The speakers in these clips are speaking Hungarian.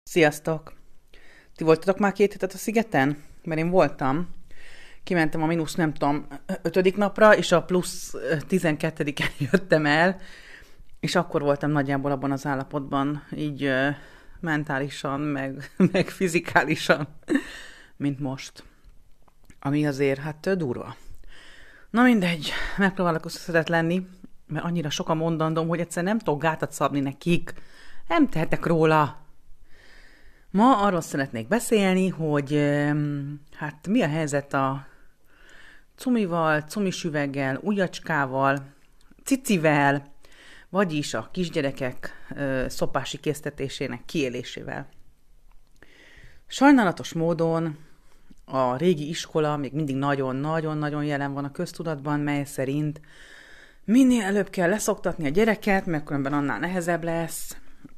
Sziasztok! Ti voltatok már 2 hetet a szigeten? Mert én voltam. Kimentem a mínusz, nem tudom, 5. napra, és a plusz 12-en jöttem el, és akkor voltam nagyjából abban az állapotban, így mentálisan, meg fizikálisan, mint most. Ami azért, hát durva. Na mindegy, megpróbálok összeszedett lenni, mert annyira sok a mondandóm, hogy egyszer nem tudok gátat szabni nekik. Nem tehetek róla. Ma arról szeretnék beszélni, hogy hát mi a helyzet a cumival, cumisüveggel, ujjacskával, cicivel, vagyis a kisgyerekek szopási késztetésének kiélésével. Sajnálatos módon a régi iskola még mindig nagyon-nagyon-nagyon jelen van a köztudatban, mely szerint minél előbb kell leszoktatni a gyereket, mert különben annál nehezebb lesz,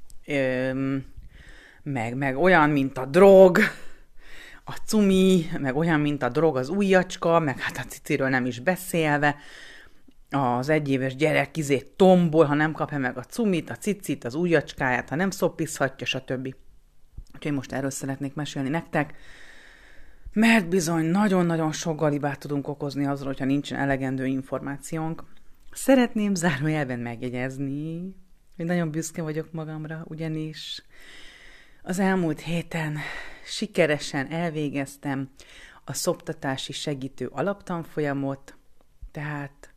meg olyan, mint a drog, a cumi, meg olyan, mint a drog az ujjacska, meg hát a ciciről nem is beszélve, az 1 éves gyerek tombol, ha nem kapja meg a cumit, a cicit, az ujjacskáját, ha nem szoppizhatja, stb. Úgyhogy most erről szeretnék mesélni nektek, mert bizony nagyon-nagyon sok galibát tudunk okozni azzal, hogyha nincsen elegendő információnk. Szeretném zárójelben megjegyezni, hogy nagyon büszke vagyok magamra, ugyanis az elmúlt héten sikeresen elvégeztem a szoptatási segítő alaptanfolyamot, tehát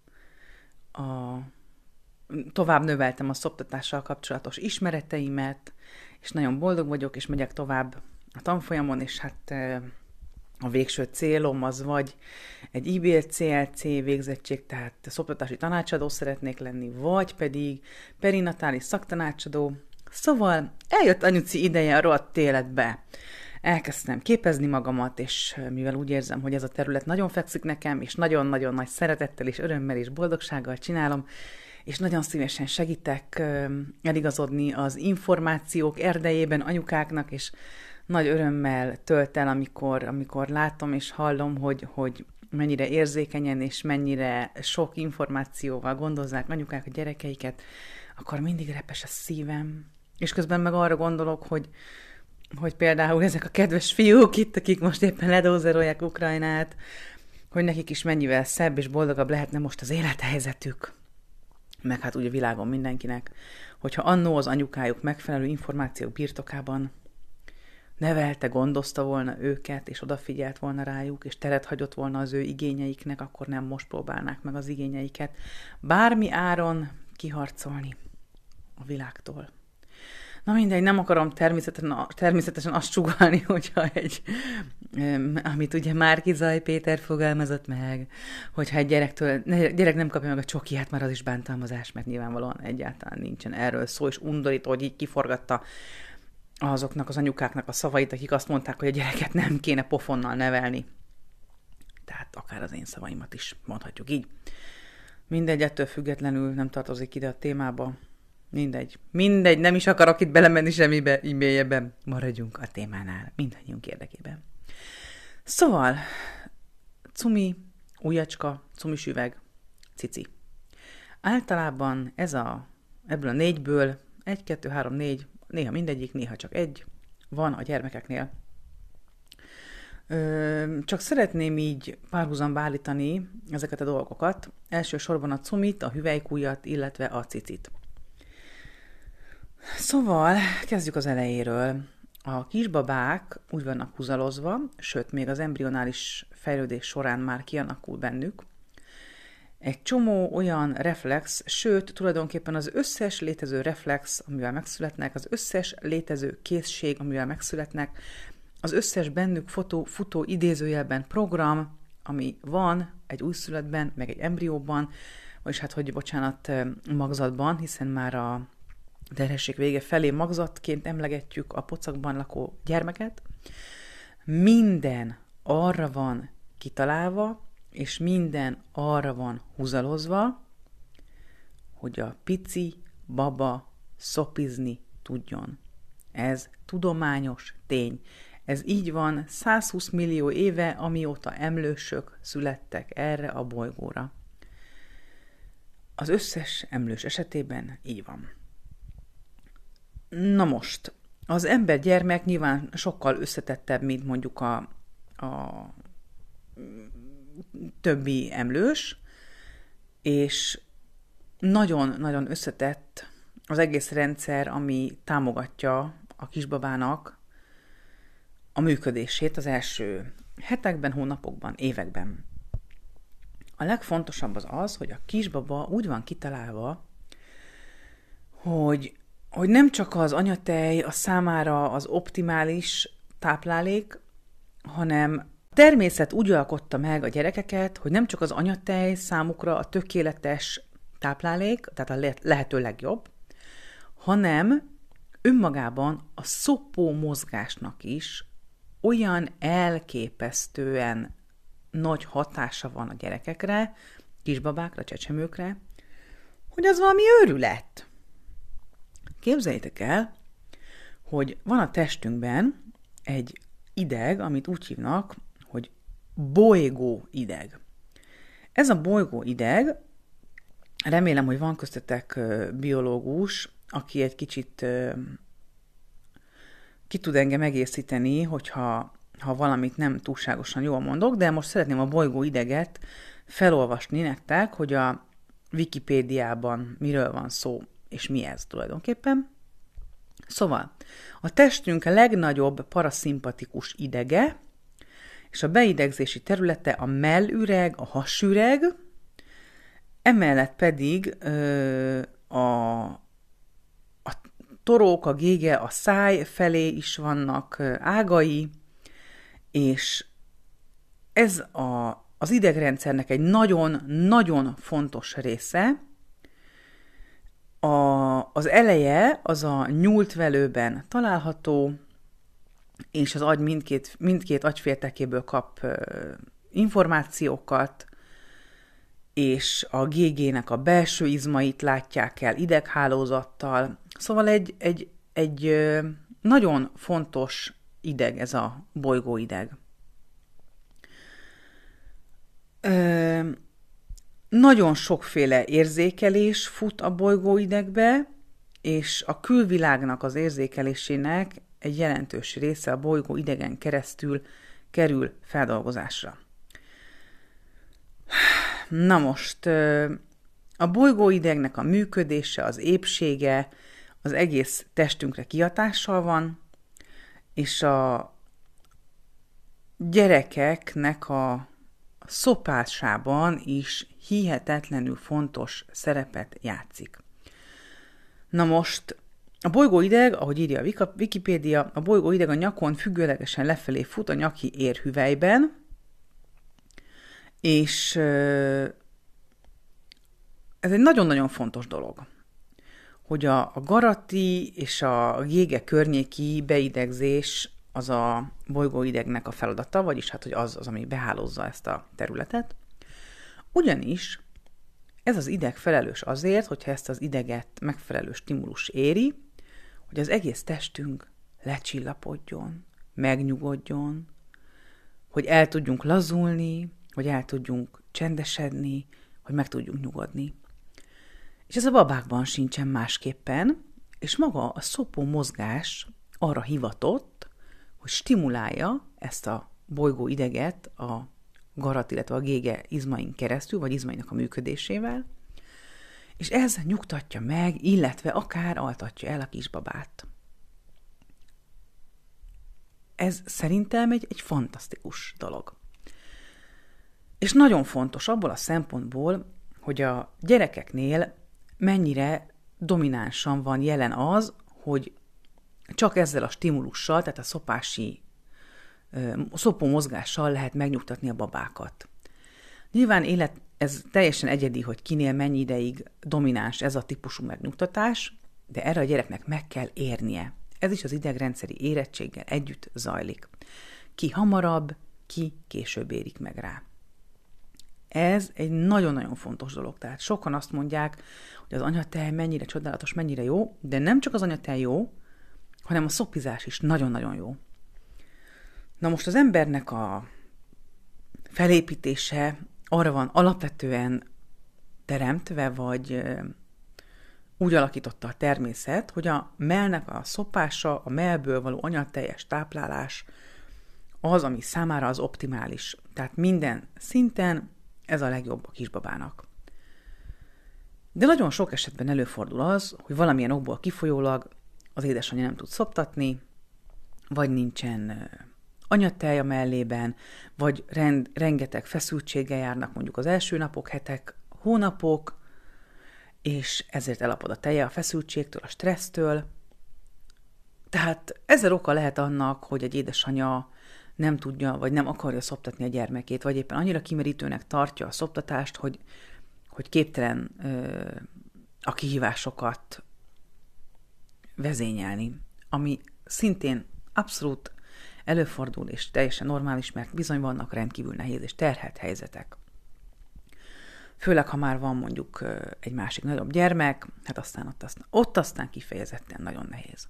tovább növeltem a szoptatással kapcsolatos ismereteimet, és nagyon boldog vagyok, és megyek tovább a tanfolyamon, és hát a végső célom az vagy egy IBLCLC végzettség, tehát szoptatási tanácsadó szeretnék lenni, vagy pedig perinatális szaktanácsadó. Szóval eljött anyuci ideje a rohadt életbe. Elkezdtem képezni magamat, és mivel úgy érzem, hogy ez a terület nagyon fekszik nekem, és nagyon-nagyon nagy szeretettel és örömmel és boldogsággal csinálom, és nagyon szívesen segítek eligazodni az információk erdejében anyukáknak, és nagy örömmel tölt el, amikor látom és hallom, hogy mennyire érzékenyen és mennyire sok információval gondozzák anyukák a gyerekeiket, akkor mindig repes a szívem. És közben meg arra gondolok, hogy például ezek a kedves fiúk itt, akik most éppen ledózerolják Ukrajnát, hogy nekik is mennyivel szebb és boldogabb lehetne most az élethelyzetük. Meg hát úgy a világon mindenkinek, hogyha annó az anyukájuk megfelelő információk birtokában nevelte, gondozta volna őket, és odafigyelt volna rájuk, és teret hagyott volna az ő igényeiknek, akkor nem most próbálnák meg az igényeiket bármi áron kiharcolni a világtól. Na mindegy, nem akarom természetesen azt sugallni, hogyha amit ugye Márki-Zay Péter fogalmazott meg, hogyha egy gyerek nem kapja meg a csokiját, már az is bántalmazás, mert nyilvánvalóan egyáltalán nincsen erről szó, és undorító, hogy így kiforgatta azoknak az anyukáknak a szavait, akik azt mondták, hogy a gyereket nem kéne pofonnal nevelni. Tehát akár az én szavaimat is mondhatjuk így. Mindegy, ettől függetlenül nem tartozik ide a témába. Mindegy, nem is akarok itt belemenni semmibe, így mélyebben. Maradjunk a témánál, mindannyiunk érdekében. Szóval, cumi, ujjacska, cumisüveg, cici. Általában ebből a 4-ből 1, 2, 3, 4, néha mindegyik, néha csak egy van a gyermekeknél. Csak szeretném így párhuzamba állítani ezeket a dolgokat. Elsősorban a cumit, a hüvelykujjat, illetve a cicit. Szóval, kezdjük az elejéről. A kisbabák úgy vannak húzalozva, sőt, még az embrionális fejlődés során már kialakul bennük egy csomó olyan reflex, sőt, tulajdonképpen az összes létező reflex, amivel megszületnek, az összes létező készség, amivel megszületnek, az összes bennük futó idézőjelben program, ami van egy újszülöttben, meg egy embrióban, vagyis magzatban, hiszen már a terhesség vége felé magzatként emlegetjük a pocakban lakó gyermeket. Minden arra van kitalálva, és minden arra van húzalozva, hogy a pici baba szopizni tudjon. Ez tudományos tény. Ez így van 120 millió éve, amióta emlősök születtek erre a bolygóra. Az összes emlős esetében így van. Na most, Az ember gyermek nyilván sokkal összetettebb, mint mondjuk a többi emlős, és nagyon-nagyon összetett az egész rendszer, ami támogatja a kisbabának a működését az első hetekben, hónapokban, években. A legfontosabb az, hogy a kisbaba úgy van kitalálva, hogy nem csak az anyatej a számára az optimális táplálék, hanem a természet úgy alkotta meg a gyerekeket, hogy nem csak az anyatej számukra a tökéletes táplálék, tehát a lehető legjobb, hanem önmagában a szopó mozgásnak is olyan elképesztően nagy hatása van a gyerekekre, kisbabákra, csecsemőkre, hogy az valami őrület. Képzeljétek el, hogy van a testünkben egy ideg, amit úgy hívnak, hogy bolygó ideg. Ez a bolygó ideg, remélem, hogy van köztetek biológus, aki egy kicsit ki tud engem egészíteni, hogyha valamit nem túlságosan jól mondok, de most szeretném a bolygó ideget felolvasni nektek, hogy a Wikipédiában miről van szó, és mi ez tulajdonképpen. Szóval, a testünk legnagyobb paraszimpatikus idege, és a beidegzési területe a mellüreg, a hasüreg, emellett pedig a torók, a gége, a száj felé is vannak ágai, és ez az idegrendszernek egy nagyon-nagyon fontos része. Az eleje az a nyúltvelőben található, és az agy mindkét agyféltekéből kap információkat, és a GG-nek a belső izmait látják el ideghálózattal. Szóval egy nagyon fontos ideg ez a bolygóideg. Nagyon sokféle érzékelés fut a bolygóidegbe, és a külvilágnak az érzékelésének egy jelentős része a bolygóidegen keresztül kerül feldolgozásra. Na most, a bolygóidegnek a működése, az épsége az egész testünkre kihatással van, és a gyerekeknek a szopásában is hihetetlenül fontos szerepet játszik. Na most, a bolygóideg, ahogy írja a Wikipédia, a bolygóideg a nyakon függőlegesen lefelé fut a nyaki érhüvelyben, és ez egy nagyon-nagyon fontos dolog, hogy a garati és a gége környéki beidegzés az a bolygóidegnek a feladata, vagyis hát, hogy az, ami behálózza ezt a területet. Ugyanis ez az ideg felelős azért, hogyha ezt az ideget megfelelő stimulus éri, hogy az egész testünk lecsillapodjon, megnyugodjon, hogy el tudjunk lazulni, hogy el tudjunk csendesedni, hogy meg tudjunk nyugodni. És ez a babákban sincsen másképpen, és maga a szopó mozgás arra hivatott, hogy stimulálja ezt a bolygó ideget a garat, illetve a gége izmain keresztül, vagy izmainak a működésével, és ez nyugtatja meg, illetve akár altatja el a kisbabát. Ez szerintem egy fantasztikus dolog. És nagyon fontos abból a szempontból, hogy a gyerekeknél mennyire dominánsan van jelen az, hogy csak ezzel a stimulussal, tehát a szopó mozgással lehet megnyugtatni a babákat. Nyilván ez teljesen egyedi, hogy kinél mennyi ideig domináns ez a típusú megnyugtatás, de erre a gyereknek meg kell érnie. Ez is az idegrendszeri érettséggel együtt zajlik. Ki hamarabb, ki később érik meg rá. Ez egy nagyon-nagyon fontos dolog. Tehát sokan azt mondják, hogy az anyatej mennyire csodálatos, mennyire jó, de nem csak az anyatej jó, hanem a szopizás is nagyon-nagyon jó. Na most az embernek a felépítése arra van alapvetően teremtve, vagy úgy alakította a természet, hogy a mellnek a szopása, a mellből való anyateljes táplálás az, ami számára az optimális. Tehát minden szinten ez a legjobb a kisbabának. De nagyon sok esetben előfordul az, hogy valamilyen okból kifolyólag az édesanyja nem tud szoptatni, vagy nincsen anyatej a mellében, vagy rengeteg feszültséggel járnak mondjuk az első napok, hetek, hónapok, és ezért elapad a teje a feszültségtől, a stressztől. Tehát ezer oka lehet annak, hogy egy édesanya nem tudja, vagy nem akarja szoptatni a gyermekét, vagy éppen annyira kimerítőnek tartja a szoptatást, hogy képtelen a kihívásokat vezényelni, ami szintén abszolút előfordul, és teljesen normális, mert bizony vannak rendkívül nehéz és terhelt helyzetek. Főleg, ha már van mondjuk egy másik nagyobb gyermek, hát ott aztán kifejezetten nagyon nehéz.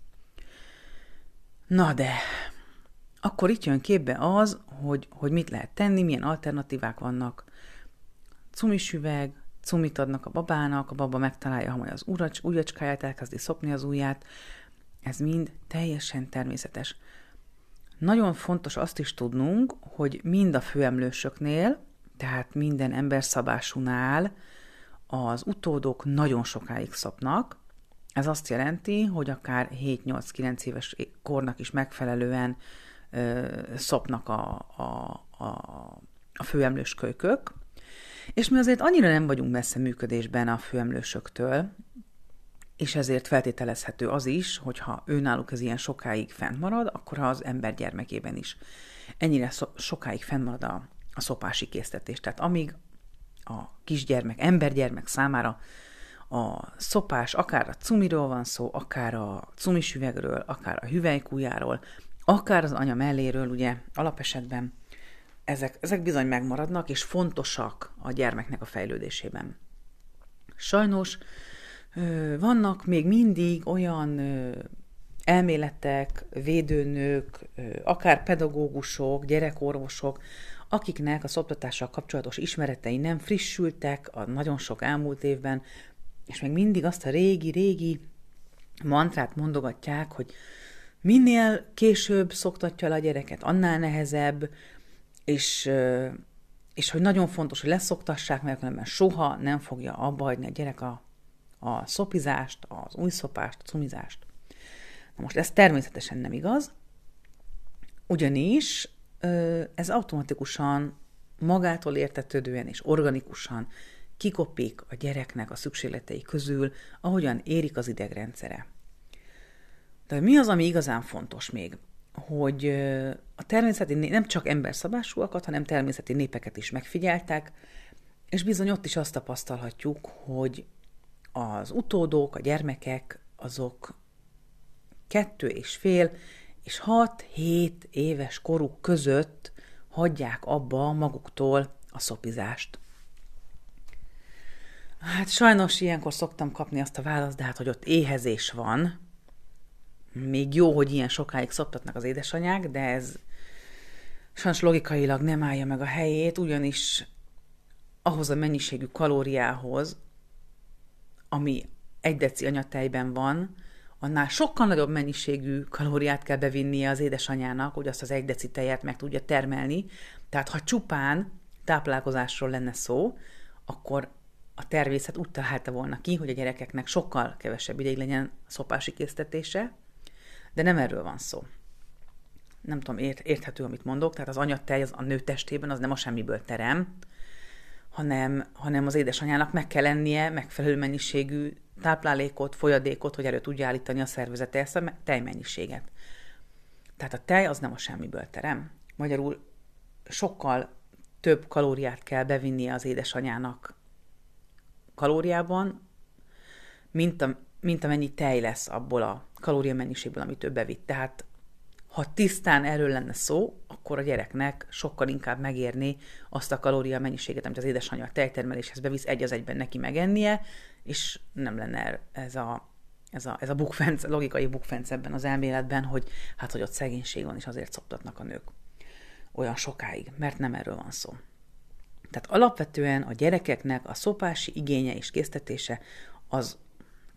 Na de, akkor itt jön képbe az, hogy mit lehet tenni, milyen alternatívák vannak. Cumis üveg, cumit adnak a babának, a baba megtalálja, ha majd az ujjacskáját elkezdi szopni az ujját. Ez mind teljesen természetes. Nagyon fontos azt is tudnunk, hogy mind a főemlősöknél, tehát minden emberszabásúnál az utódok nagyon sokáig szopnak. Ez azt jelenti, hogy akár 7-8-9 éves kornak is megfelelően szopnak a főemlős kölykök. És mi azért annyira nem vagyunk messze működésben a főemlősöktől, és ezért feltételezhető az is, hogyha őnáluk ez ilyen sokáig fent marad, akkor az ember gyermekében is ennyire sokáig fennmarad a szopási késztetés. Tehát amíg a kisgyermek, embergyermek számára a szopás, akár a cumiról van szó, akár a cumis üvegről, akár a hüvelykújáról, akár az anya melléről, ugye alapesetben, ezek bizony megmaradnak, és fontosak a gyermeknek a fejlődésében. Sajnos vannak még mindig olyan elméletek, védőnők, akár pedagógusok, gyerekorvosok, akiknek a szoptatással kapcsolatos ismeretei nem frissültek a nagyon sok elmúlt évben, és még mindig azt a régi mantrát mondogatják, hogy minél később szoktatja le a gyereket, annál nehezebb, és hogy nagyon fontos, hogy leszoktassák, mert különben soha nem fogja abba hagyni a gyerek a szopizást, az újszopást, a cumizást. Na most ez természetesen nem igaz, ugyanis ez automatikusan, magától értetődően és organikusan kikopik a gyereknek a szükségletei közül, ahogyan érik az idegrendszere. De mi az, ami igazán fontos még? Hogy a természeti, nem csak emberszabásúakat, hanem természeti népeket is megfigyeltek, és bizony ott is azt tapasztalhatjuk, hogy az utódok, a gyermekek, azok 2,5 és 6-7 éves koruk között hagyják abba maguktól a szopizást. Hát sajnos ilyenkor szoktam kapni azt a választ, de hát, hogy ott éhezés van. Még jó, hogy ilyen sokáig szoptatnak az édesanyák, de ez sajnos logikailag nem állja meg a helyét, ugyanis ahhoz a mennyiségű kalóriához, ami 1 deci anyatejben van, annál sokkal nagyobb mennyiségű kalóriát kell bevinnie az édesanyának, hogy azt az 1 deci tejet meg tudja termelni. Tehát ha csupán táplálkozásról lenne szó, akkor a természet úgy találta volna ki, hogy a gyerekeknek sokkal kevesebb ideig legyen szopási késztetése, de nem erről van szó. Nem tudom, érthető, amit mondok, tehát az anyatej az a nő testében az nem a semmiből terem, hanem az édesanyának meg kell lennie megfelelő mennyiségű táplálékot, folyadékot, hogy elő tudja állítani a szervezete ezt a tejmennyiséget. Tehát a tej az nem a semmiből terem. Magyarul sokkal több kalóriát kell bevinnie az édesanyának kalóriában, mint amennyi tej lesz abból a kalóriamennyiségből, amit ő bevitt. Tehát ha tisztán erről lenne szó, akkor a gyereknek sokkal inkább megérni azt a kalóriamennyiséget, amit az édesanyja a tejtermeléshez bevisz, 1:1 neki megennie, és nem lenne ez a bukfenc, logikai bukfenc ebben az elméletben, hogy ott szegénység van, és azért szoptatnak a nők olyan sokáig, mert nem erről van szó. Tehát alapvetően a gyerekeknek a szopási igénye és késztetése az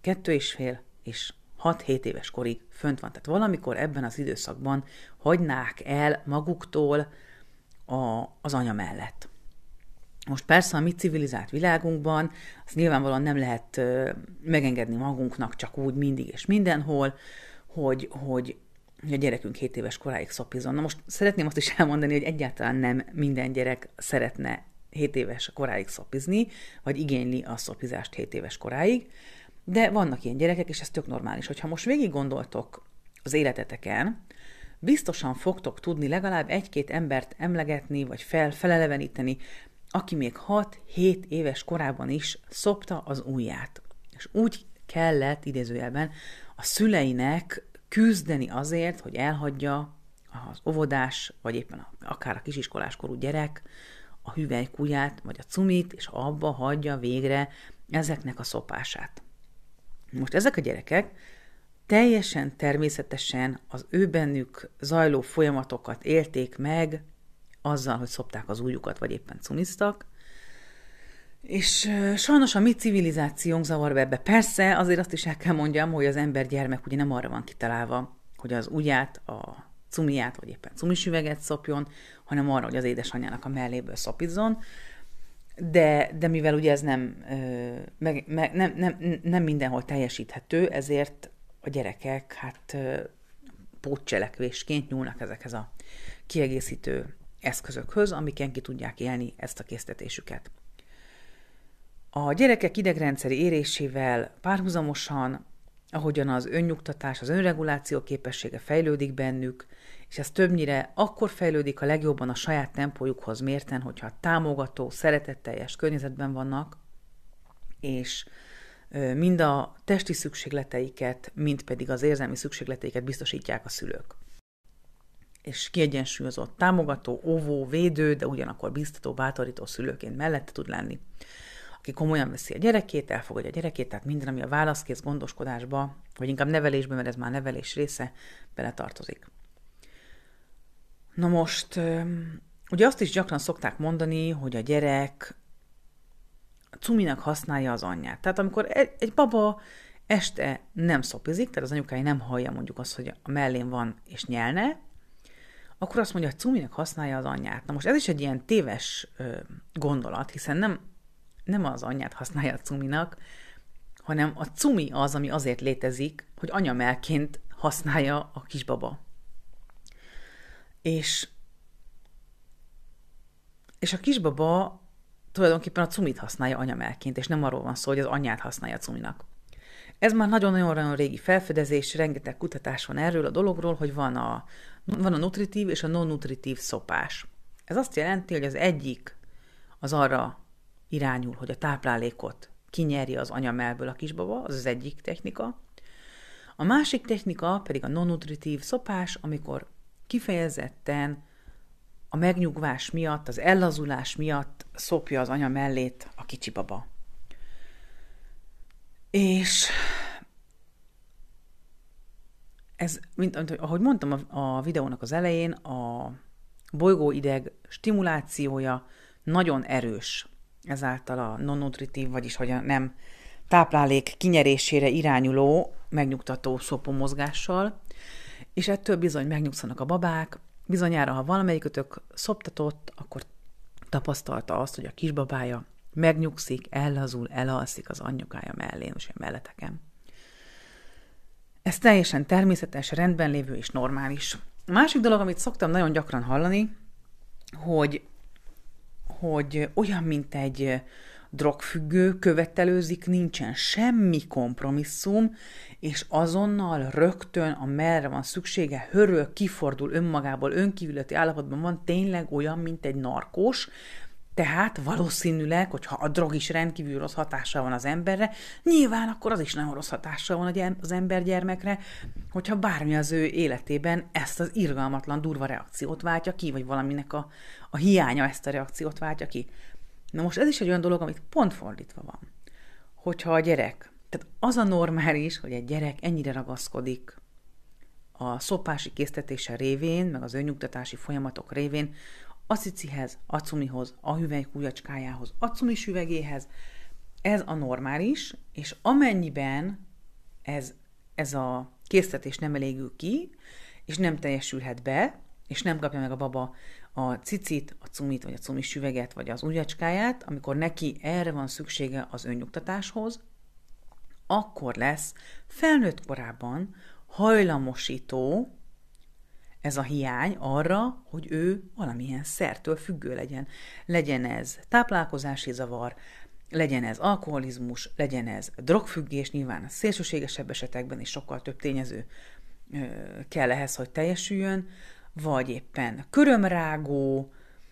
2,5 és 6-7 éves korig fönt van. Tehát valamikor ebben az időszakban hagynák el maguktól az anya mellett. Most persze a mi civilizált világunkban azt nyilvánvalóan nem lehet megengedni magunknak csak úgy mindig és mindenhol, hogy a gyerekünk 7 éves koráig szopizon. Na most szeretném azt is elmondani, hogy egyáltalán nem minden gyerek szeretne 7 éves koráig szopizni, vagy igényli a szopizást 7 éves koráig, de vannak ilyen gyerekek, és ez tök normális. Hogyha most végig gondoltok az életeteken, biztosan fogtok tudni legalább 1-2 embert emlegetni, vagy feleleveníteni, aki még 6-7 éves korában is szopta az ujját. És úgy kellett, idézőjelben, a szüleinek küzdeni azért, hogy elhagyja az óvodás, vagy éppen akár a kisiskoláskorú gyerek a hüvelykujját, vagy a cumit, és abba hagyja végre ezeknek a szopását. Most ezek a gyerekek teljesen természetesen az ő bennük zajló folyamatokat élték meg azzal, hogy szopták az ujjukat, vagy éppen cumiztak, és sajnos a mi civilizációnk zavar be ebbe. Persze, azért azt is el kell mondjam, hogy az ember gyermek ugye nem arra van kitalálva, hogy az ujját, a cumiját, vagy éppen cumisüveget szopjon, hanem arra, hogy az édesanyjának a melléből szopizzon. De mivel ugye ez nem mindenhol teljesíthető, ezért a gyerekek pótcselekvésként nyúlnak ezekhez a kiegészítő eszközökhöz, amiken ki tudják élni ezt a késztetésüket. A gyerekek idegrendszeri érésével párhuzamosan, ahogyan az önnyugtatás, az önreguláció képessége fejlődik bennük, és ez többnyire akkor fejlődik a legjobban a saját tempójukhoz mérten, hogyha támogató, szeretetteljes környezetben vannak, és mind a testi szükségleteiket, mind pedig az érzelmi szükségleteiket biztosítják a szülők. És kiegyensúlyozott, támogató, óvó, védő, de ugyanakkor biztató, bátorító szülőként mellette tud lenni, aki komolyan veszi a gyerekét, elfogadja a gyerekét, tehát minden, ami a válaszkész gondoskodásba, vagy inkább nevelésbe, mert ez már nevelés része, beletartozik. Na most, ugye azt is gyakran szokták mondani, hogy a gyerek cuminak használja az anyját. Tehát amikor egy baba este nem szopizik, tehát az anyukája nem hallja mondjuk azt, hogy a mellén van és nyelne, akkor azt mondja, hogy cuminak használja az anyját. Na most ez is egy ilyen téves gondolat, hiszen nem az anyját használja a cuminak, hanem a cumi az, ami azért létezik, hogy anyamelként használja a kisbaba. És a kisbaba tulajdonképpen a cumit használja anyamelként, és nem arról van szó, hogy az anyját használja a cuminak. Ez már nagyon-nagyon régi felfedezés, rengeteg kutatás van erről a dologról, hogy van a nutritív és a non-nutritív szopás. Ez azt jelenti, hogy az egyik az arra irányul, hogy a táplálékot kinyerje az anyamelből a kisbaba, az az egyik technika. A másik technika pedig a non-nutritív szopás, amikor kifejezetten a megnyugvás miatt, az ellazulás miatt szopja az anya mellét a kicsi baba. És ez, ahogy mondtam a videónak az elején, a bolygóideg stimulációja nagyon erős, ezáltal a non-nutritív, vagyis hogy a nem táplálék kinyerésére irányuló, megnyugtató szopómozgással, és ettől bizony megnyugszanak a babák. Bizonyára, ha valamelyikötök szoptatott, akkor tapasztalta azt, hogy a kisbabája megnyugszik, ellazul, elalszik az anyukája mellén, és a melleteken. Ez teljesen természetes, rendben lévő és normális. A másik dolog, amit szoktam nagyon gyakran hallani, hogy olyan, mint egy drogfüggő követelőzik, nincsen semmi kompromisszum, és azonnal rögtön, amerre van szüksége, hörög, kifordul önmagából, önkívületi állapotban van, tényleg olyan, mint egy narkós, tehát valószínűleg, hogyha a drog is rendkívül rossz hatással van az emberre, nyilván akkor az is nagyon rossz hatással van az ember gyermekre, hogyha bármi az ő életében ezt az irgalmatlan, durva reakciót váltja ki, vagy valaminek a hiánya ezt a reakciót váltja ki. Na most ez is egy olyan dolog, amit pont fordítva van. Hogyha a gyerek, tehát az a normális, hogy egy gyerek ennyire ragaszkodik a szopási késztetése révén, meg az önnyugtatási folyamatok révén, a cicihez, a cumihoz, a hüvelykujjacskájához, a cumis üvegéhez. Ez a normális, és amennyiben ez a késztetés nem elégül ki, és nem teljesülhet be, és nem kapja meg a baba a cicit, a cumit, vagy a cumis süveget, vagy az ujjacskáját, amikor neki erre van szüksége az önnyugtatáshoz, akkor lesz felnőtt korában hajlamosító ez a hiány arra, hogy ő valamilyen szertől függő legyen. Legyen ez táplálkozási zavar, legyen ez alkoholizmus, legyen ez drogfüggés, nyilván a szélsőségesebb esetekben is sokkal több tényező kell ehhez, hogy teljesüljön, vagy éppen körömrágó,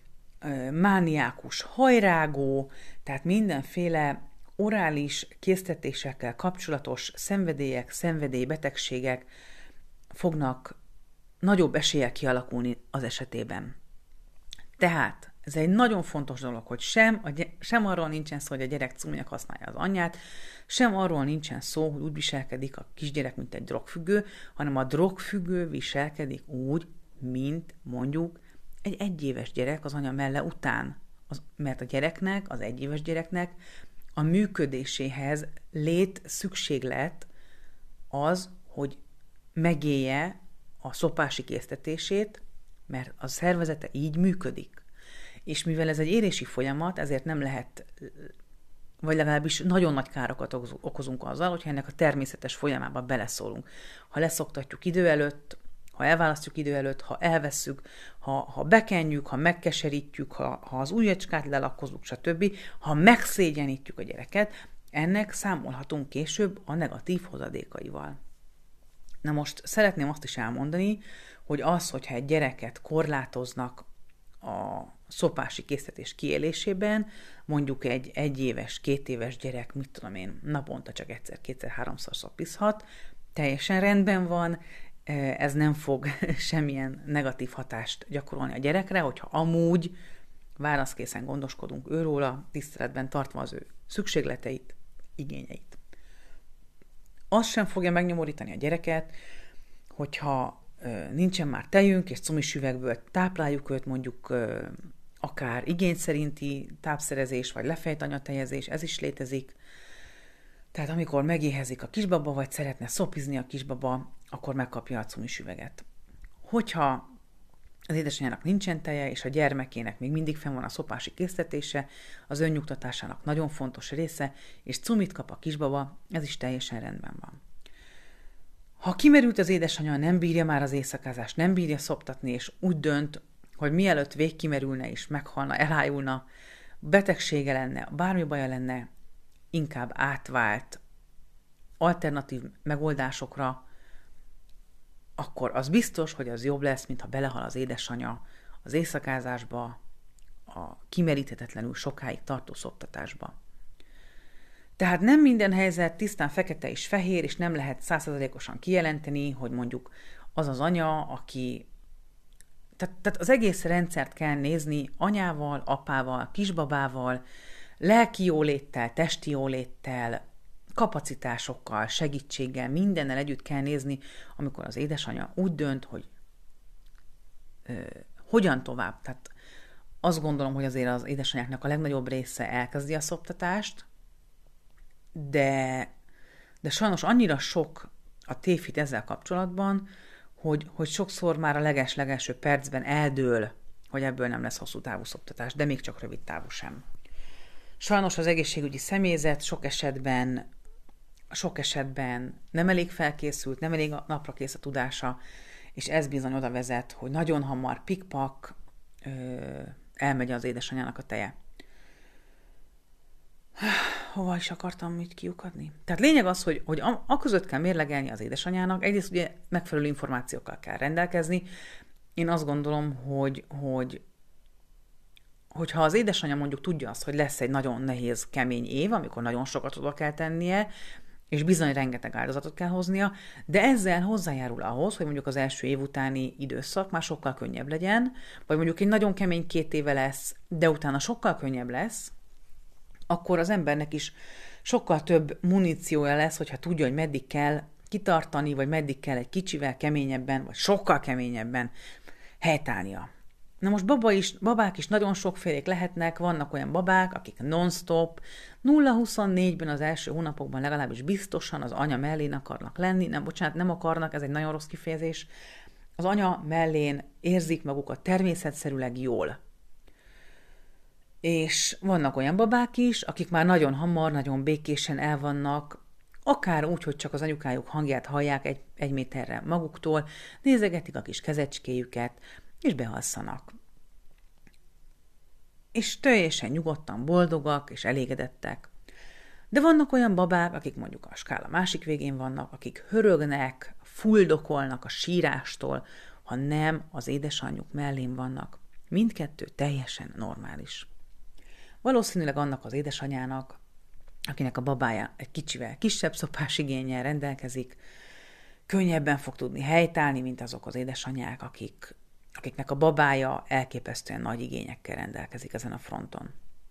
mániákus hajrágó, tehát mindenféle orális késztetésekkel kapcsolatos szenvedélyek, szenvedélybetegségek fognak nagyobb eséllyel kialakulni az esetében. Tehát ez egy nagyon fontos dolog, hogy sem arról nincsen szó, hogy a gyerek cuminak használja az anyját, sem arról nincsen szó, hogy úgy viselkedik a kisgyerek, mint egy drogfüggő, hanem a drogfüggő viselkedik úgy, mint mondjuk egy egyéves gyerek az anya melle után. Mert a gyereknek, az egyéves gyereknek a működéséhez szükséglet az, hogy megélje a szopási késztetését, mert a szervezete így működik. És mivel ez egy érési folyamat, ezért nem lehet, vagy legalábbis nagyon nagy károkat okozunk azzal, hogyha ennek a természetes folyamába beleszólunk. Ha leszoktatjuk idő előtt, ha elválasztjuk idő előtt, ha elvesszük, ha bekenjük, ha megkeserítjük, ha az ujjacskát lelakkozunk, stb., ha megszégyenítjük a gyereket, ennek számolhatunk később a negatív hozadékaival. Na most szeretném azt is elmondani, hogy hogyha egy gyereket korlátoznak a szopási késztetés kiélésében, mondjuk egy 1 éves, 2 éves gyerek, mit tudom én, naponta csak egyszer, kétszer, háromszor szopizhat, teljesen rendben van, ez nem fog semmilyen negatív hatást gyakorolni a gyerekre, hogyha amúgy válaszkészen gondoskodunk őróla, tiszteletben tartva az ő szükségleteit, igényeit. Az sem fogja megnyomorítani a gyereket, hogyha nincsen már tejünk, és cumis üvegből tápláljuk őt, mondjuk akár igény szerinti tápszerezés, vagy lefejt anyatejezés, ez is létezik. Tehát amikor megéhezik a kisbaba, vagy szeretne szopizni a kisbaba, akkor megkapja a cumis üveget. Hogyha az édesanyjának nincsen teje, és a gyermekének még mindig fenn van a szopási késztetése, az önnyugtatásának nagyon fontos része, és cumit kap a kisbaba, ez is teljesen rendben van. Ha kimerült az édesanyja, nem bírja már az éjszakázást, nem bírja szoptatni, és úgy dönt, hogy mielőtt végkimerülne és meghalna, elájulna, betegsége lenne, bármi baja lenne, inkább átvált alternatív megoldásokra, akkor az biztos, hogy az jobb lesz, mintha belehal az édesanyja az éjszakázásba, a kimeríthetetlenül sokáig tartó szoptatásba. Tehát nem minden helyzet tisztán fekete és fehér, és nem lehet 100%-osan kijelenteni, hogy mondjuk az az anya, aki... Tehát az egész rendszert kell nézni anyával, apával, kisbabával, lelki jóléttel, testi jóléttel, kapacitásokkal, segítséggel, mindennel együtt kell nézni, amikor az édesanyja úgy dönt, hogy hogyan tovább. Tehát azt gondolom, hogy azért az édesanyáknak a legnagyobb része elkezdi a szoptatást, de sajnos annyira sok a tévhit ezzel kapcsolatban, hogy sokszor már a leges-legelső percben eldől, hogy ebből nem lesz hosszú távú szoptatás, de még csak rövid távú sem. Sajnos az egészségügyi személyzet sok esetben nem elég felkészült, nem elég napra kész a tudása, és ez bizony oda vezet, hogy nagyon hamar pikpak elmegy az édesanyjának a teje. Hova is akartam így kiukadni? Tehát lényeg az, hogy aközött kell mérlegelni az édesanyjának, egyrészt ugye megfelelő információkkal kell rendelkezni. Én azt gondolom, hogyha az édesanyja mondjuk tudja azt, hogy lesz egy nagyon nehéz, kemény év, amikor nagyon sokat oda kell tennie, és bizony rengeteg áldozatot kell hoznia, de ezzel hozzájárul ahhoz, hogy mondjuk az első év utáni időszak már sokkal könnyebb legyen, vagy mondjuk egy nagyon kemény 2 éve lesz, de utána sokkal könnyebb lesz, akkor az embernek is sokkal több muníciója lesz, hogyha tudja, hogy meddig kell kitartani, vagy meddig kell egy kicsivel keményebben, vagy sokkal keményebben helytállnia. Na most babák is nagyon sokfélék lehetnek, vannak olyan babák, akik non-stop, 0-24-ben az első hónapokban legalábbis biztosan az anya mellén akarnak lenni, nem akarnak, ez egy nagyon rossz kifejezés, az anya mellén érzik magukat természetszerűleg jól. És vannak olyan babák is, akik már nagyon hamar, nagyon békésen elvannak, akár úgy, hogy csak az anyukájuk hangját hallják egy méterre maguktól, nézegetik a kis kezecskéjüket, és bealszanak. És teljesen nyugodtan boldogak és elégedettek. De vannak olyan babák, akik mondjuk a skála másik végén vannak, akik hörögnek, fuldokolnak a sírástól, ha nem az édesanyjuk mellén vannak. Mindkettő teljesen normális. Valószínűleg annak az édesanyának, akinek a babája egy kicsivel kisebb szopásigénnyel rendelkezik, könnyebben fog tudni helytállni, mint azok az édesanyák, akiknek a babája elképesztően nagy igényekkel rendelkezik ezen a fronton.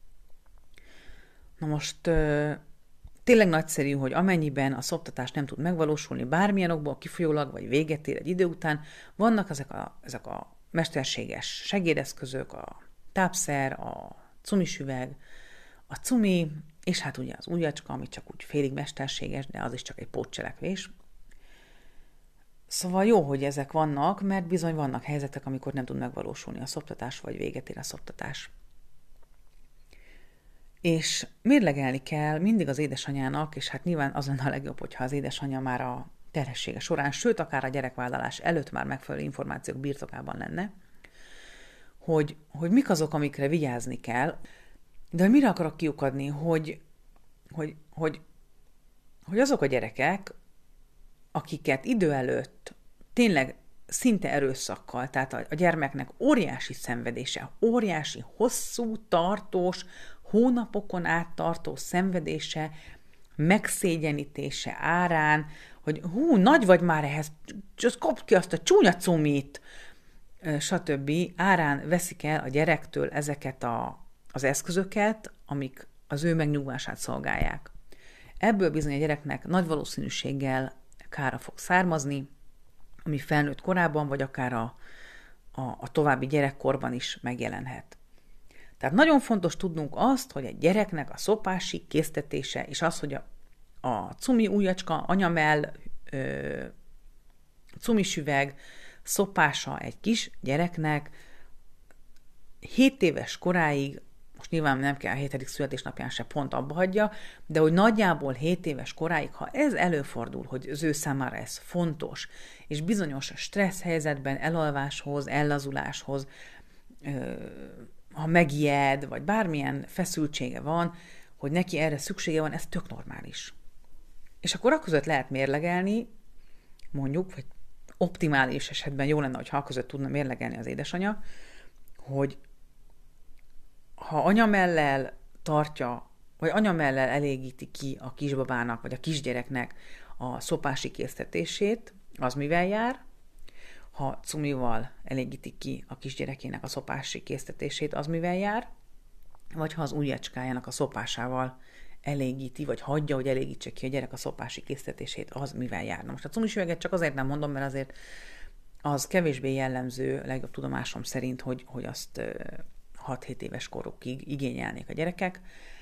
Na most tényleg nagyszerű, hogy amennyiben a szoptatás nem tud megvalósulni bármilyen okból, kifolyólag vagy véget ér egy idő után, vannak ezek a mesterséges segédeszközök, a tápszer, a cumisüveg, a cumi, és hát ugye az ujjacska, ami csak úgy félig mesterséges, de az is csak egy pótcselekvés. Szóval jó, hogy ezek vannak, mert bizony vannak helyzetek, amikor nem tud megvalósulni a szoptatás, vagy véget ér a szoptatás. És mérlegelni kell mindig az édesanyának, és hát nyilván az lenne a legjobb, hogyha az édesanyja már a terhessége során, sőt, akár a gyerekvállalás előtt már megfelelő információk birtokában lenne, hogy mik azok, amikre vigyázni kell. De mire akarok kiukadni, hogy azok a gyerekek, akiket idő előtt tényleg szinte erőszakkal, tehát a gyermeknek óriási szenvedése, óriási, hosszú, tartós, hónapokon át tartó szenvedése, megszégyenítése árán, hogy nagy vagy már ehhez, csak kapd ki azt a csúnya cumit, stb. Árán veszik el a gyerektől ezeket az eszközöket, amik az ő megnyugvását szolgálják. Ebből bizony a gyereknek nagy valószínűséggel kára fog származni, ami felnőtt korában, vagy akár a további gyerekkorban is megjelenhet. Tehát nagyon fontos tudnunk azt, hogy egy gyereknek a szopási késztetése, és az, hogy a cumi ujjacska, anyamell, cumisüveg szopása egy kis gyereknek 7 éves koráig, most nyilván nem kell a 7. születésnapján se pont abba hagyja, de hogy nagyjából 7 éves koráig, ha ez előfordul, hogy az ő számára ez fontos, és bizonyos stressz helyzetben elalváshoz, ellazuláshoz, ha megijed, vagy bármilyen feszültsége van, hogy neki erre szüksége van, ez tök normális. És akkor között lehet mérlegelni, mondjuk, vagy optimális esetben jó lenne, hogyha között tudna mérlegelni az édesanya, hogy ha anyamellel tartja, vagy anyamellel elégíti ki a kisbabának, vagy a kisgyereknek a szopási késztetését, az mivel jár? Ha cumival elégíti ki a kisgyerekének a szopási késztetését, az mivel jár? Vagy ha az ujjacskájának a szopásával elégíti, vagy hagyja, hogy elégítse ki a gyerek a szopási késztetését, az mivel jár. Na most a cumisüveget csak azért nem mondom, mert azért az kevésbé jellemző, legjobb tudomásom szerint, hogy azt 6-7 éves korukig igényelnék a gyerekek,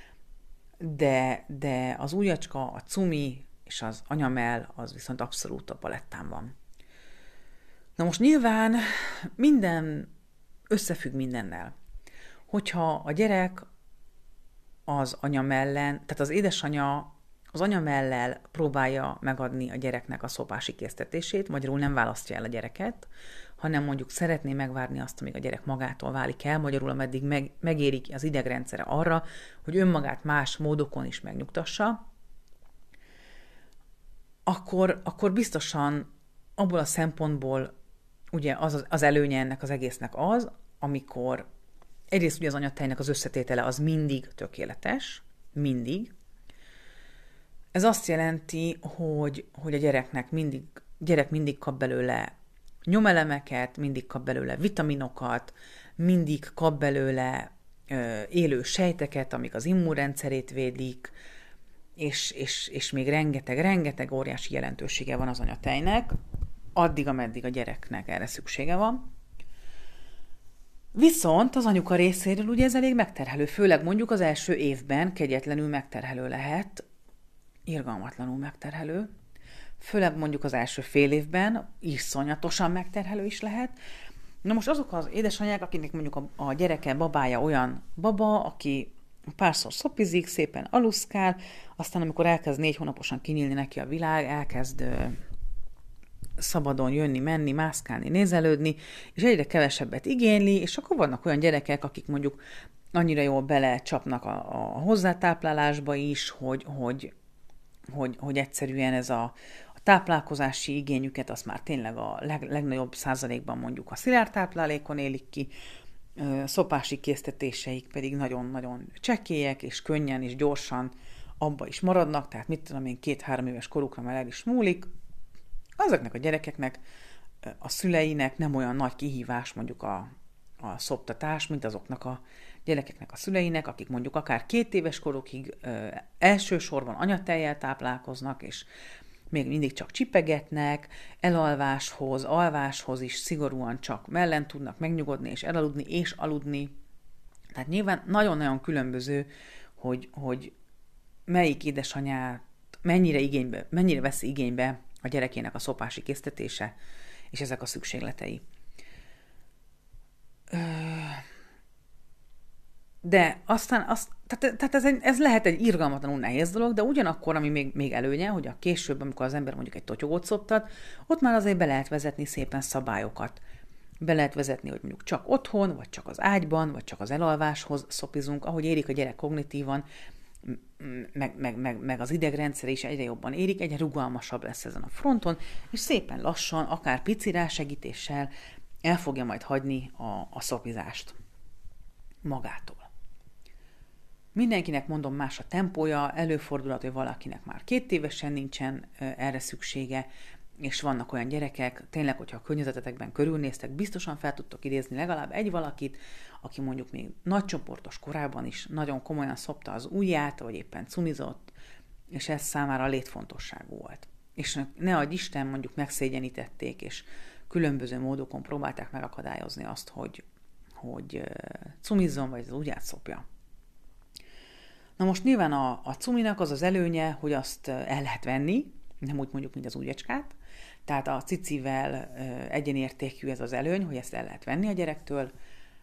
de az ujjacska, a cumi és az anyamell az viszont abszolút a palettán van. Na most nyilván minden összefügg mindennel. Hogyha a gyerek az anyamellen, tehát az édesanya az anyamellel próbálja megadni a gyereknek a szopási késztetését, magyarul nem választja el a gyereket, hanem mondjuk szeretné megvárni azt, amíg a gyerek magától válik el, magyarul ameddig megérik az idegrendszere arra, hogy önmagát más módokon is megnyugtassa, akkor biztosan abból a szempontból ugye az előnye ennek az egésznek az, amikor egyrészt ugye az anyatejnek az összetétele az mindig tökéletes, mindig. Ez azt jelenti, hogy a gyerek mindig kap belőle nyomelemeket, mindig kap belőle vitaminokat, mindig kap belőle élő sejteket, amik az immunrendszerét védik, és még rengeteg óriási jelentősége van az anyatejnek, addig, ameddig a gyereknek erre szüksége van. Viszont az anyuka részéről ugye ez elég megterhelő, főleg mondjuk az első évben kegyetlenül megterhelő lehet, irgalmatlanul megterhelő, főleg mondjuk az első fél évben iszonyatosan megterhelő is lehet. Na most azok az édesanyák, akinek mondjuk a gyereke, babája olyan baba, aki párszor szopizik, szépen aluszkál, aztán amikor elkezd 4 hónaposan kinyílni neki a világ, elkezd szabadon jönni, menni, mászkálni, nézelődni, és egyre kevesebbet igényli, és akkor vannak olyan gyerekek, akik mondjuk annyira jól belecsapnak a hozzátáplálásba is, hogy egyszerűen ez a táplálkozási igényüket azt már tényleg a legnagyobb százalékban mondjuk a szilárd táplálékon élik ki, szopási késztetéseik pedig nagyon-nagyon csekélyek, és könnyen és gyorsan abba is maradnak, tehát mit tudom én, 2-3 éves korukra már el is múlik. Azoknak a gyerekeknek, a szüleinek nem olyan nagy kihívás mondjuk a szoptatás, mint azoknak a gyerekeknek a szüleinek, akik mondjuk akár 2 éves korukig elsősorban anyatejjel táplálkoznak, és még mindig csak csipegetnek, elalváshoz, alváshoz is szigorúan csak mellen tudnak megnyugodni, és elaludni, és aludni. Tehát nyilván nagyon-nagyon különböző, hogy melyik édesanyát mennyire veszi igénybe a gyerekének a szopási késztetése, és ezek a szükségletei. De aztán, tehát ez lehet egy irgalmatlanul nehéz dolog, de ugyanakkor, ami még előnye, hogy a később, amikor az ember mondjuk egy totyogót szoptat, ott már azért be lehet vezetni szépen szabályokat. Be lehet vezetni, hogy mondjuk csak otthon, vagy csak az ágyban, vagy csak az elalváshoz szopizunk, ahogy érik a gyerek kognitívan, meg az idegrendszer is egyre jobban érik, egyre rugalmasabb lesz ezen a fronton, és szépen lassan, akár pici rásegítéssel el fogja majd hagyni a szopizást magától. Mindenkinek mondom más a tempója, előfordulhat, hogy valakinek már 2 évesen nincsen erre szüksége, és vannak olyan gyerekek, tényleg, hogyha a környezetetekben körülnéztek, biztosan fel tudtok idézni legalább egy valakit, aki mondjuk még nagycsoportos korában is nagyon komolyan szopta az ujját, vagy éppen cumizott, és ez számára létfontosságú volt. És ne adj Isten, mondjuk megszégyenítették, és különböző módokon próbálták megakadályozni azt, hogy cumizzon, vagy az ujját szopja. Na most nyilván a cuminak az az előnye, hogy azt el lehet venni, nem úgy mondjuk, mint az ujjacskát, tehát a cicivel egyenértékű ez az előny, hogy ezt el lehet venni a gyerektől,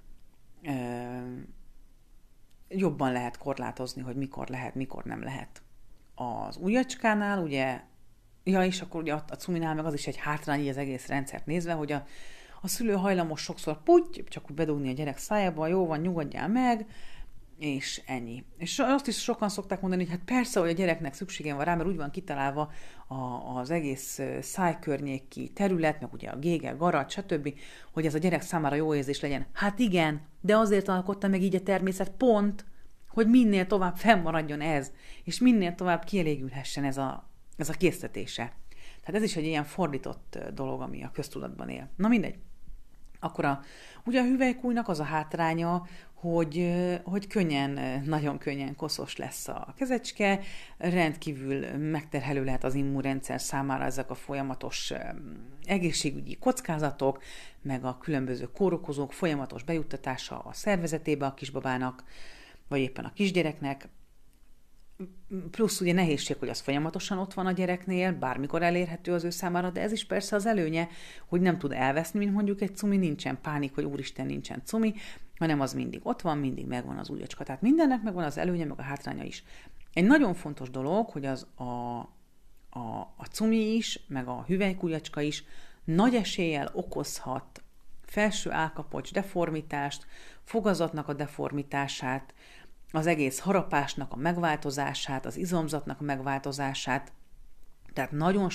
jobban lehet korlátozni, hogy mikor lehet, mikor nem lehet. Az ujjacskánál ugye, és akkor ugye a cuminál meg az is egy hátrány így az egész rendszert nézve, hogy a szülő hajlamos sokszor csak úgy bedugni a gyerek szájába, jó van, nyugodjál meg, és ennyi. És azt is sokan szokták mondani, hogy hát persze, hogy a gyereknek szükségem van rá, mert úgy van kitalálva az egész szájkörnyéki terület, meg ugye a gége, garat, stb., hogy ez a gyerek számára jó érzés legyen. Hát igen, de azért alkotta meg így a természet pont, hogy minél tovább fennmaradjon ez, és minél tovább kielégülhessen ez a késztetése. Tehát ez is egy ilyen fordított dolog, ami a köztudatban él. Na mindegy. Akkor ugye a hüvelykújnak az a hátránya, hogy nagyon könnyen koszos lesz a kezecske, rendkívül megterhelő lehet az immunrendszer számára ezek a folyamatos egészségügyi kockázatok, meg a különböző kórokozók folyamatos bejuttatása a szervezetébe a kisbabának, vagy éppen a kisgyereknek. Plusz ugye nehézség, hogy az folyamatosan ott van a gyereknél, bármikor elérhető az ő számára, de ez is persze az előnye, hogy nem tud elveszni, mint mondjuk egy cumi, nincsen pánik, hogy úristen, nincsen cumi, hanem az mindig ott van, mindig megvan az ujjacska. Tehát mindennek megvan az előnye, meg a hátránya is. Egy nagyon fontos dolog, hogy az a cumi is, meg a hüvelykujjacska is nagy eséllyel okozhat felső állkapocs deformitást, fogazatnak a deformitását, az egész harapásnak a megváltozását, az izomzatnak a megváltozását. Tehát nagyon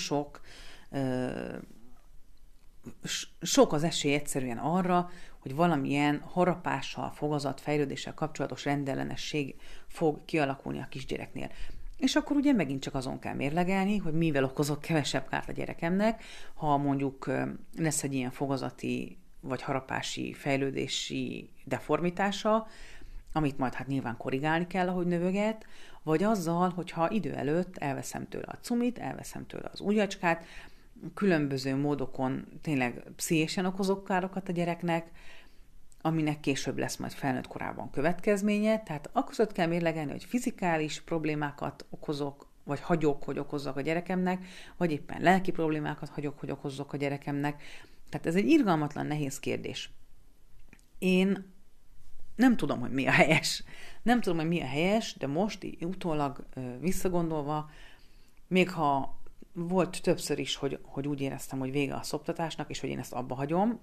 sok az esély egyszerűen arra, hogy valamilyen harapással, fogazatfejlődéssel kapcsolatos rendellenesség fog kialakulni a kisgyereknél. És akkor ugye megint csak azon kell mérlegelni, hogy mivel okozok kevesebb kárt a gyerekemnek, ha mondjuk lesz egy ilyen fogazati vagy harapási fejlődési deformitása, amit majd hát nyilván korrigálni kell, ahogy növöget, vagy azzal, hogyha idő előtt elveszem tőle a cumit, elveszem tőle az ujjacskát, különböző módokon tényleg pszichésen okozok károkat a gyereknek, aminek később lesz majd felnőtt korában következménye, tehát aközött kell mérlegelni, hogy fizikális problémákat okozok, vagy hagyok, hogy okozzak a gyerekemnek, vagy éppen lelki problémákat hagyok, hogy okozzak a gyerekemnek. Tehát ez egy irgalmatlan, nehéz kérdés. Én nem tudom, hogy mi a helyes. Nem tudom, hogy mi a helyes, de most így utólag visszagondolva, még ha volt többször is, hogy úgy éreztem, hogy vége a szoptatásnak, és hogy én ezt abba hagyom,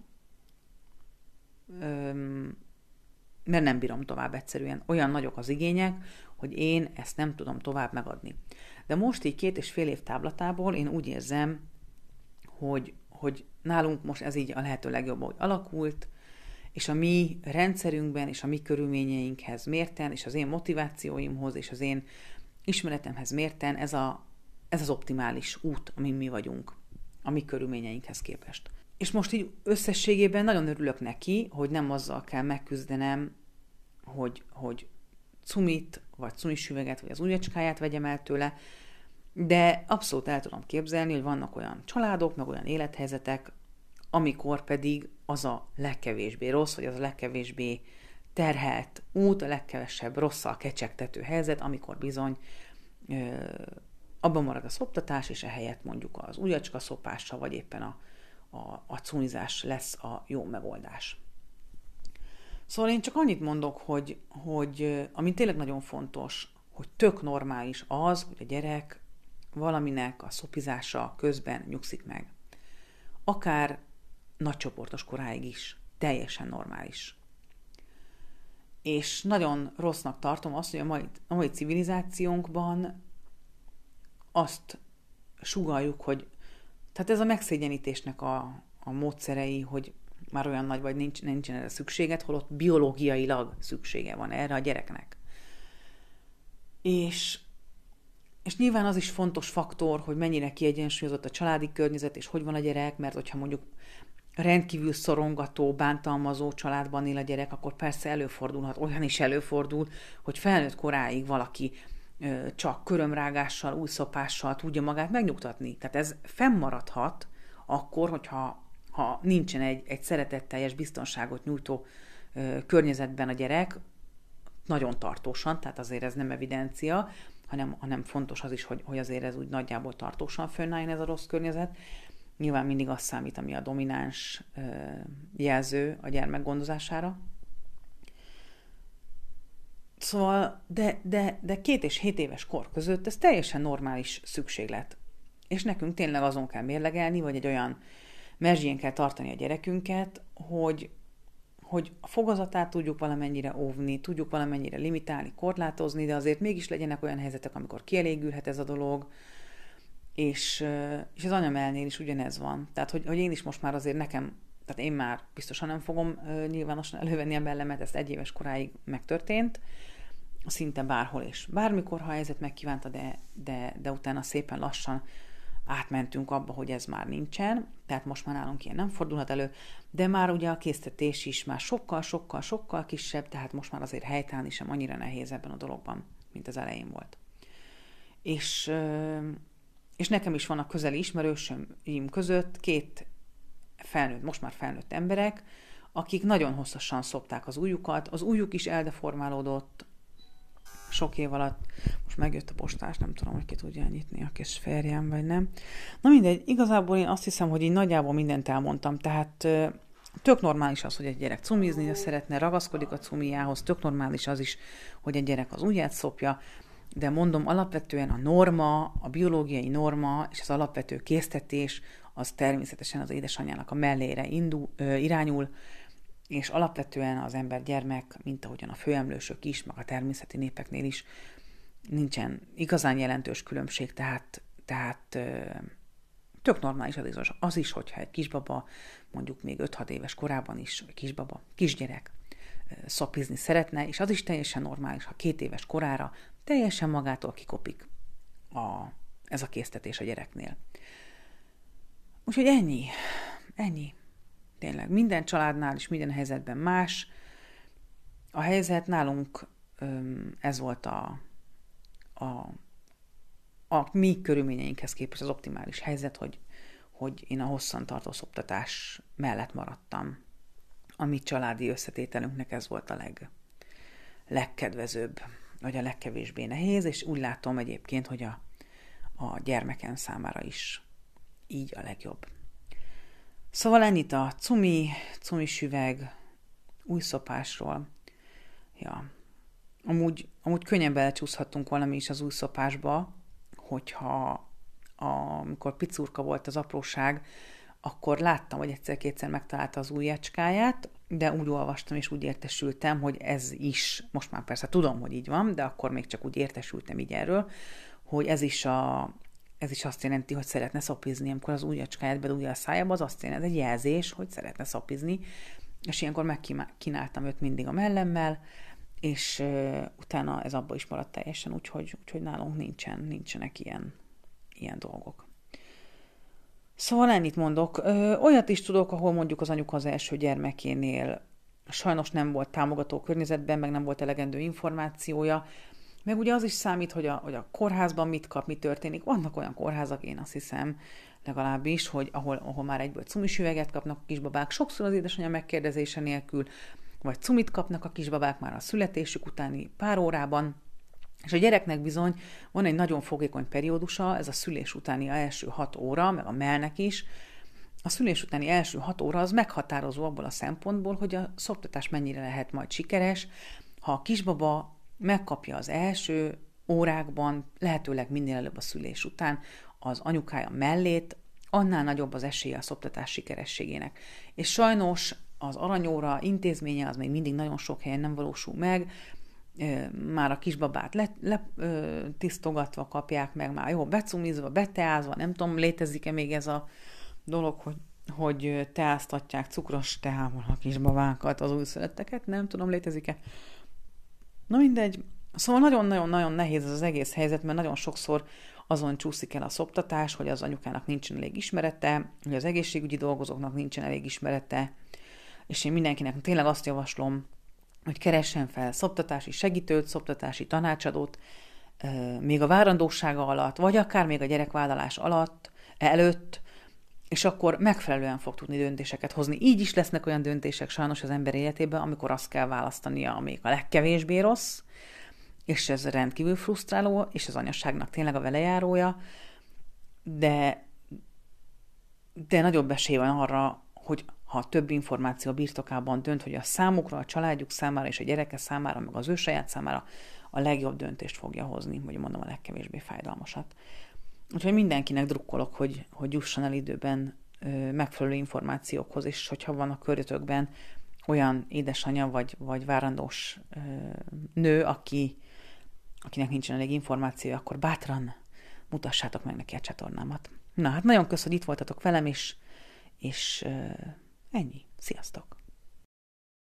mert nem bírom tovább egyszerűen. Olyan nagyok az igények, hogy én ezt nem tudom tovább megadni. De most így 2,5 év táblatából én úgy érzem, hogy nálunk most ez így a lehető legjobb, hogy alakult, és a mi rendszerünkben, és a mi körülményeinkhez mérten, és az én motivációimhoz, és az én ismeretemhez mérten ez az optimális út, amin mi vagyunk, a mi körülményeinkhez képest. És most így összességében nagyon örülök neki, hogy nem azzal kell megküzdenem, hogy cumit, vagy cumisüveget, vagy az ujjacskáját vegyem el tőle, de abszolút el tudom képzelni, hogy vannak olyan családok, meg olyan élethelyzetek, amikor pedig az a legkevésbé rossz, vagy az a legkevésbé terhelt út, a legkevesebb rosszal kecsegtető helyzet, amikor bizony abban marad a szoptatás, és ehelyett mondjuk az ujjacska szopása, vagy éppen a cumizás lesz a jó megoldás. Szóval én csak annyit mondok, hogy ami tényleg nagyon fontos, hogy tök normális az, hogy a gyerek valaminek a szopizása közben nyugszik meg. Akár nagycsoportos koráig is. Teljesen normális. És nagyon rossznak tartom azt, hogy a mai civilizációnkban azt sugalljuk, hogy tehát ez a megszégyenítésnek a módszerei, hogy már olyan nagy vagy nincsen erre szükséged, holott biológiailag szüksége van erre a gyereknek. És nyilván az is fontos faktor, hogy mennyire kiegyensúlyozott a családi környezet, és hogy van a gyerek, mert hogyha mondjuk rendkívül szorongató, bántalmazó családban él a gyerek, akkor persze előfordulhat, olyan is előfordul, hogy felnőtt koráig valaki csak körömrágással, újszopással tudja magát megnyugtatni. Tehát ez fennmaradhat akkor, hogyha nincsen egy szeretetteljes biztonságot nyújtó környezetben a gyerek, nagyon tartósan, tehát azért ez nem evidencia, hanem fontos az is, hogy azért ez úgy nagyjából tartósan fönnálljon ez a rossz környezet. Nyilván mindig az számít, ami a domináns jelző a gyermek gondozására. Szóval, de 2 és 7 éves kor között ez teljesen normális szükséglet. És nekünk tényleg azon kell mérlegelni, vagy egy olyan mezsjén kell tartani a gyerekünket, hogy a fogazatát tudjuk valamennyire óvni, tudjuk valamennyire limitálni, korlátozni, de azért mégis legyenek olyan helyzetek, amikor kielégülhet ez a dolog, és az anyamelnél is ugyanez van. Tehát, hogy én is most már azért tehát én már biztosan nem fogom nyilvánosan elővenni a bellemet, ezt 1 éves koráig megtörtént, szinte bárhol és bármikor, ha a helyzet megkívánta, de utána szépen lassan átmentünk abba, hogy ez már nincsen, tehát most már nálunk ilyen nem fordulhat elő, de már ugye a késztetés is már sokkal kisebb, tehát most már azért helytállni sem annyira nehéz ebben a dologban, mint az elején volt. És nekem is vannak közeli ismerősöim között 2 most már felnőtt emberek, akik nagyon hosszasan szopták az ujjukat, az ujjuk is eldeformálódott sok év alatt. Most megjött a postás, nem tudom, hogy ki tudja nyitni a kis férjem, vagy nem. Na mindegy, igazából én azt hiszem, hogy így nagyjából mindent elmondtam, tehát tök normális az, hogy egy gyerek cumizni szeretne, ragaszkodik a cumijához, tök normális az is, hogy egy gyerek az ujját szopja, de mondom, alapvetően a norma, a biológiai norma és az alapvető késztetés az természetesen az édesanyjának a mellére irányul, és alapvetően az ember gyermek, mint ahogyan a főemlősök is, meg a természeti népeknél is nincsen igazán jelentős különbség, tehát tök normális az is, hogyha egy kisbaba, mondjuk még 5-6 éves korában is, kisgyerek szopizni szeretne, és az is teljesen normális, ha 2 éves korára teljesen magától kikopik ez a késztetés a gyereknél. Úgyhogy ennyi. Tényleg minden családnál és minden helyzetben más. A helyzet nálunk ez volt a mi körülményeinkhez képest az optimális helyzet, hogy én a hosszantartó szoptatás mellett maradtam a mi családi összetételünknek ez volt a legkedvezőbb, vagy a legkevésbé nehéz, és úgy látom egyébként, hogy a gyermekem számára is így a legjobb. Szóval ennyit a cumisüveg, új szopásról. Ja. Amúgy könnyen belecsúszhattunk volna mi is az új szopásba, hogyha amikor picurka volt az apróság, akkor láttam, hogy egyszer-kétszer megtalálta az ujjacskáját, de úgy olvastam és úgy értesültem, hogy ez is, most már persze tudom, hogy így van, de akkor még csak úgy értesültem így erről, hogy ez is azt jelenti, hogy szeretne szapizni. Amikor az ujjacskáját bedugja a szájába, az azt jelenti, ez egy jelzés, hogy szeretne szapizni, és ilyenkor megkínáltam őt mindig a mellemmel, és utána ez abba is maradt teljesen, úgyhogy nálunk nincsenek ilyen dolgok. Szóval ennyit mondok. Olyat is tudok, ahol mondjuk az anyuka az első gyermekénél sajnos nem volt támogató környezetben, meg nem volt elegendő információja, meg ugye az is számít, hogy a kórházban mit kap, mi történik. Vannak olyan kórházak, én azt hiszem, legalábbis, hogy ahol már egyből cumisüveget kapnak a kisbabák, sokszor az édesanyja megkérdezése nélkül, vagy cumit kapnak a kisbabák már a születésük utáni pár órában, és a gyereknek bizony van egy nagyon fogékony periódusa, ez a szülés utáni első 6 óra, meg a mellnek is. A szülés utáni első 6 óra az meghatározó abból a szempontból, hogy a szoptatás mennyire lehet majd sikeres. Ha a kisbaba megkapja az első órákban, lehetőleg minél előbb a szülés után az anyukája mellét, annál nagyobb az esélye a szoptatás sikerességének. És sajnos az aranyóra intézménye az még mindig nagyon sok helyen nem valósul meg, már a kisbabát tisztogatva kapják meg, már jó, becumizva, beteázva, nem tudom, létezik-e még ez a dolog, hogy teáztatják cukros teával a kisbabákat, az újszülötteket, nem tudom, létezik-e. Na mindegy, szóval nagyon-nagyon-nagyon nehéz ez az egész helyzet, mert nagyon sokszor azon csúszik el a szoptatás, hogy az anyukának nincsen elég ismerete, hogy az egészségügyi dolgozóknak nincsen elég ismerete, és én mindenkinek tényleg azt javaslom, hogy keressen fel szoptatási segítőt, szoptatási tanácsadót, még a várandósága alatt, vagy akár még a gyerekvállalás előtt, és akkor megfelelően fog tudni döntéseket hozni. Így is lesznek olyan döntések sajnos az ember életében, amikor azt kell választania, amelyik a legkevésbé rossz, és ez rendkívül frusztráló, és az anyasságnak tényleg a velejárója, de nagyobb esély van arra, hogy ha több információ birtokában dönt, hogy a számukra, a családjuk számára és a gyereke számára, meg az ő saját számára a legjobb döntést fogja hozni, vagy mondom a legkevésbé fájdalmasat. Úgyhogy mindenkinek drukkolok, hogy jusson el időben megfelelő információkhoz, és hogyha van a körötökben olyan édesanyja vagy várandós nő, akinek nincsen elég információ, akkor bátran mutassátok meg neki a csatornámat. Na hát nagyon köszönöm, hogy itt voltatok velem, és ennyi. Sziasztok!